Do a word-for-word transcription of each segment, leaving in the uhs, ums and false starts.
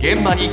現場に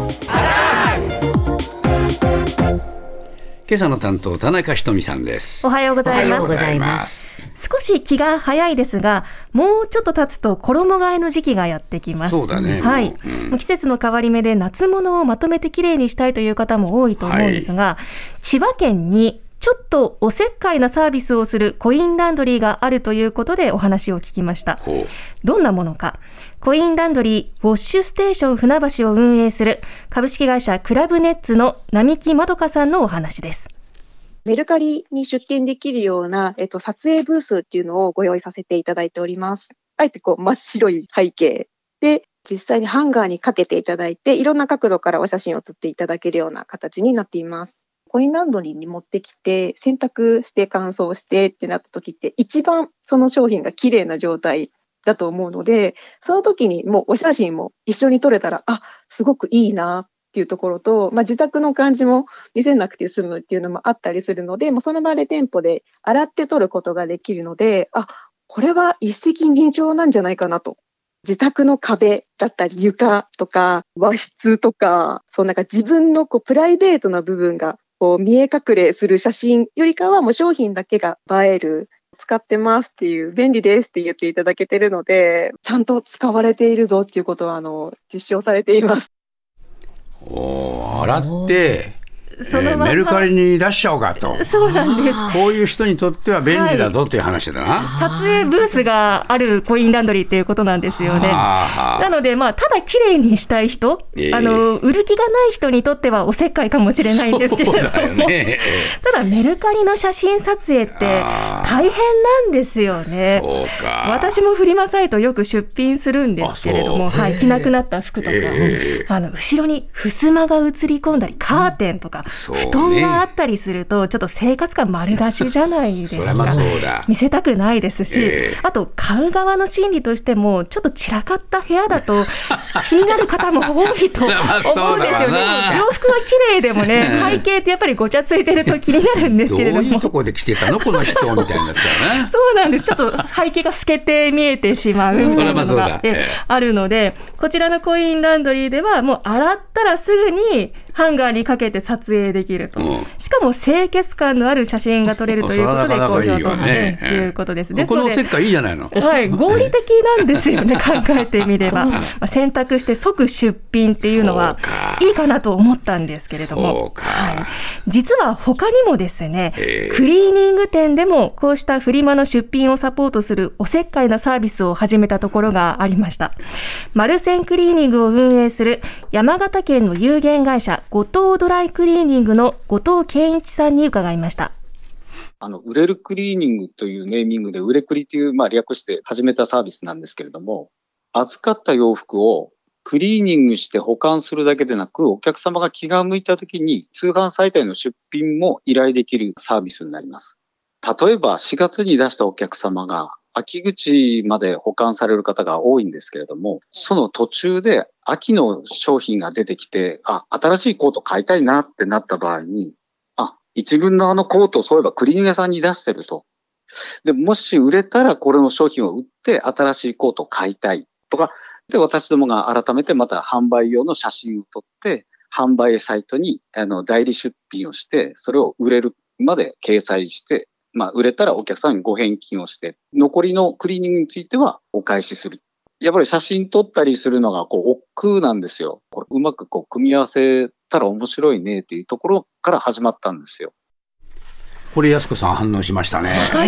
今朝の担当田中ひとみさんです。 おはようございます。 おはようございます。 少し気が早いですが、もうちょっと経つと衣替えの時期がやってきます。 そうだね。 はい。 うん、 季節の変わり目で夏物をまとめてきれいにしたいという方も多いと思うんですが、はい、千葉県にちょっとおせっかいなサービスをするコインランドリーがあるということでお話を聞きました。どんなものか。コインランドリーウォッシュステーション船橋を運営する株式会社クラブネッツの並木まどかさんのお話です。 メルカリに出店できるような、えっと、撮影ブースっていうのをご用意させていただいております。あえてこう真っ白い背景で実際にハンガーにかけていただいて、いろんな角度からお写真を撮っていただけるような形になっています。コインランドリーに持ってきて洗濯して乾燥してってなった時って一番その商品が綺麗な状態だと思うので、その時にもうお写真も一緒に撮れたら、あ、すごくいいなっていうところと、まあ、自宅の感じも見せなくて済むっていうのもあったりするので、もうその場で店舗で洗って撮ることができるので、あ、これは一石二鳥なんじゃないかなと。自宅の壁だったり床とか和室とか、そうなんか自分のこうプライベートな部分がこう見え隠れする写真よりかはもう商品だけが映える、使ってますっていう、便利ですって言っていただけてるので、ちゃんと使われているぞっていうことはあの実証されています。 お洗ってそのまま、 えー、メルカリに出しちゃおうかと。 そうなんです。 こういう人にとっては便利だぞという話だな、 はい、撮影ブースがあるコインランドリーっていうことなんですよね。なので、まあ、ただ綺麗にしたい人、えー、あの売る気がない人にとってはおせっかいかもしれないんですけれども、だね、ただメルカリの写真撮影って大変なんですよね。 そうか。 私もフリマサイトよく出品するんですけれども、はい、着なくなった服とか、えー、あの後ろに襖が映り込んだりカーテンとか、布団があったりするとちょっと生活感丸出しじゃないですか。それもそうだ。見せたくないですし、えー、あと買う側の心理としてもちょっと散らかった部屋だと気になる方も多いと思うんですよね。洋服は綺麗でもね、背景ってやっぱりごちゃついてると気になるんですけれども、 どういうとこで着てたのこの人みたいになっちゃうね。 そうなんです。ちょっと背景が透けて見えてしまうみたいなのがあるので、こちらのコインランドリーではもう洗ったらすぐにハンガーにかけて撮影できると、うん、しかも清潔感のある写真が撮れるということで好評と、ね、いうことです。ですのでこのせっかいいじゃないの、 はい、合理的なんですよね考えてみれば、まあ、選択して即出品っていうのはいいかなと思ったんですけれども、はい、実は他にもですね、クリーニング店でもこうしたフリマの出品をサポートするおせっかいなサービスを始めたところがありました。マルセンクリーニングを運営する山形県の有限会社後藤ドライクリーニングの後藤健一さんに伺いました。 あの売れるクリーニングというネーミングで売れクリという、まあ、略して始めたサービスなんですけれども、預かった洋服をクリーニングして保管するだけでなく、お客様が気が向いた時に通販サイトへの出品も依頼できるサービスになります。例えばしがつに出したお客様が秋口まで保管される方が多いんですけれども、その途中で秋の商品が出てきて、あ、新しいコート買いたいなってなった場合に、あ、一軍のあのコートをそういえばクリーニング屋さんに出してると。で、もし売れたらこれの商品を売って新しいコートを買いたいとか、で、私どもが改めてまた販売用の写真を撮って、販売サイトにあの代理出品をして、それを売れるまで掲載して、まあ、売れたらお客さんにご返金をして、残りのクリーニングについてはお返しする。やっぱり写真撮ったりするのがこう億劫なんですよ。これうまくこう組み合わせたら面白いねっていうところから始まったんですよ。 これ安子さん反応しましたね。 はい、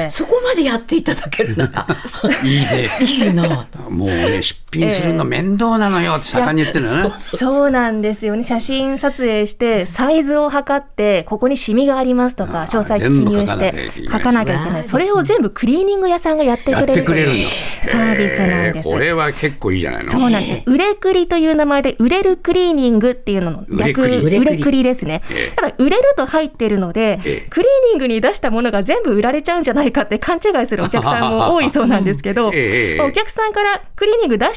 そこまでやっていただけるならいいね。 いいな。 もうね、出品するの面倒なのよって盛んに言ってるのね、 えー、そう, そうなんですよね。写真撮影してサイズを測ってここにシミがありますとか詳細記入して書かなきゃいけない。それを全部クリーニング屋さんがやってくれるというサービスなんです。 これは結構いいじゃないの。 そうなんですよ。売れクリという名前で売れるクリーニングっていうのの逆、売れクリですね。えー、ただ売れると入ってるので、えー、クリーニングに出したものが全部売られちゃうんじゃないかって勘違いするお客さんも多いそうなんですけど、えー、お客さんからクリーニング出して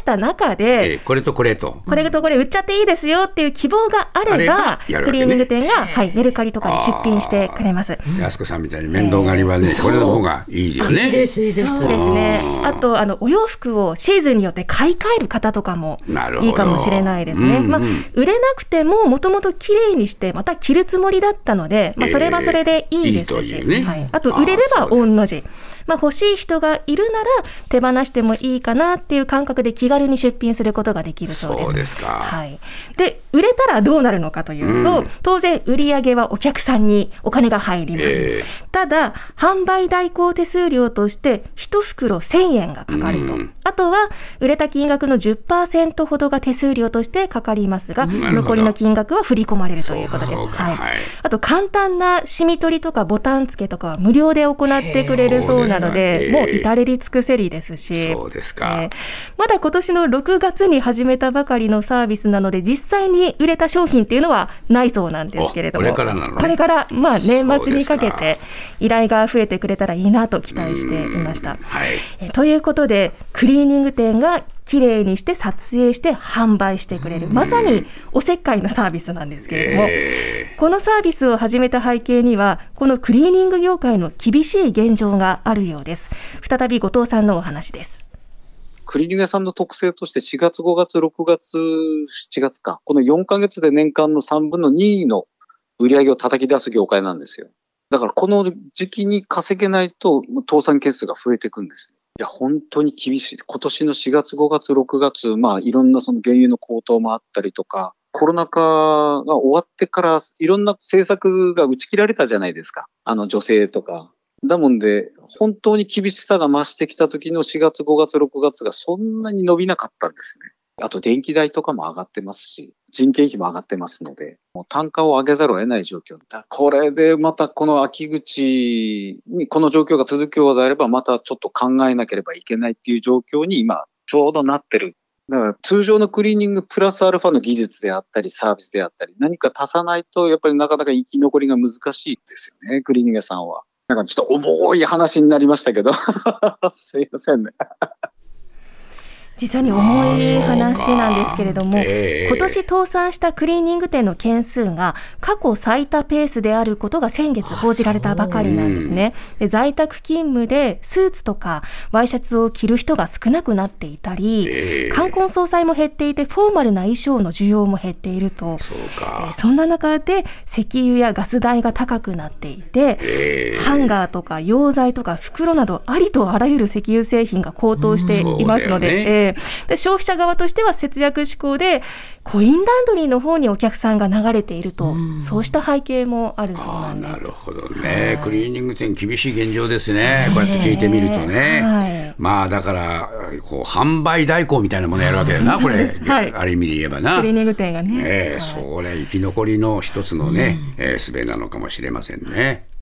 した中で、 えー、これとこれとこれとこれ売っちゃっていいですよっていう希望があれば、 あればやるわけね、 クリーニング店が、はい、メルカリとかで出品してくれます。 安子さんみたいに面倒狩りはね、えー、これの方がいいよね。 いいですいいです。 そうですね。あとあのお洋服をシーズンによって買い替える方とかもいいかもしれないですね。うんうん、まあ、売れなくてももともと綺麗にしてまた着るつもりだったので、まあ、それはそれでいいですし、えーいいね、はい、あと売れれば御の字、まあ、欲しい人がいるなら手放してもいいかなっていう感覚で気軽に出品することができるそうです。 そうですか。 はい、で売れたらどうなるのかというと、うん、当然売上はお客さんにお金が入ります、えー、ただ販売代行手数料としていち袋せんえんがかかると、うん、あとは売れた金額の じゅっパーセント ほどが手数料としてかかりますが、残りの金額は振り込まれるということです。はい、あと簡単なシミ取りとかボタン付けとかは無料で行ってくれるそうなので、もう至れり尽くせりですし、 そうですか、えー、 まだ今年のろくがつに始めたばかりのサービスなので実際に売れた商品っていうのはないそうなんですけれども、 これからなの、 これからまあ年末にかけて依頼が増えてくれたらいいなと期待していました。はい、えー、ということでクリーニング店がきれいにして撮影して販売してくれる、まさにおせっかいなサービスなんですけれども、えー、このサービスを始めた背景にはこのクリーニング業界の厳しい現状があるようです。再び後藤さんのお話です。 クリーニング屋さんの特性としてしがつごがつろくがつしちがつか、このよんかげつで年間のさんぶんのにの売り上げを叩き出す業界なんですよ。だからこの時期に稼げないと倒産件数が増えていくんです。いや、本当に厳しい。今年のしがつごがつろくがつ、まあいろんなその原油の高騰もあったりとか、コロナ禍が終わってからいろんな政策が打ち切られたじゃないですか。あの女性とか。だもんで、本当に厳しさが増してきた時のしがつごがつろくがつがそんなに伸びなかったんですね。あと電気代とかも上がってますし、人件費も上がってますので、もう単価を上げざるを得ない状況だ。これでまたこの秋口にこの状況が続くようであれば、またちょっと考えなければいけないっていう状況に今ちょうどなってる。だから通常のクリーニングプラスアルファの技術であったりサービスであったり、何か足さないとやっぱりなかなか生き残りが難しいですよね、クリーニング屋さんは。なんかちょっと重い話になりましたけどすいませんね実際に重い話なんですけれども、えー、今年倒産したクリーニング店の件数が過去最多ペースであることが先月報じられたばかりなんですね。で、在宅勤務でスーツとかワイシャツを着る人が少なくなっていたり、えー、冠婚葬祭も減っていてフォーマルな衣装の需要も減っていると。そうか、えー、そんな中で石油やガス代が高くなっていて、えー、ハンガーとか溶剤とか袋などありとあらゆる石油製品が高騰していますので、で消費者側としては節約志向でコインランドリーの方にお客さんが流れていると、うん、そうした背景もあるそうなんです。 なるほどね、クリーニング店厳しい現状ですね。こうやって聞いてみるとね、はい、まあだからこう販売代行みたいなものやるわけだな、これ、はい、ある意味で言えばな、 クリーニング店がね、 えーはい、それ生き残りの一つのね、うん、えー、術なのかもしれませんね。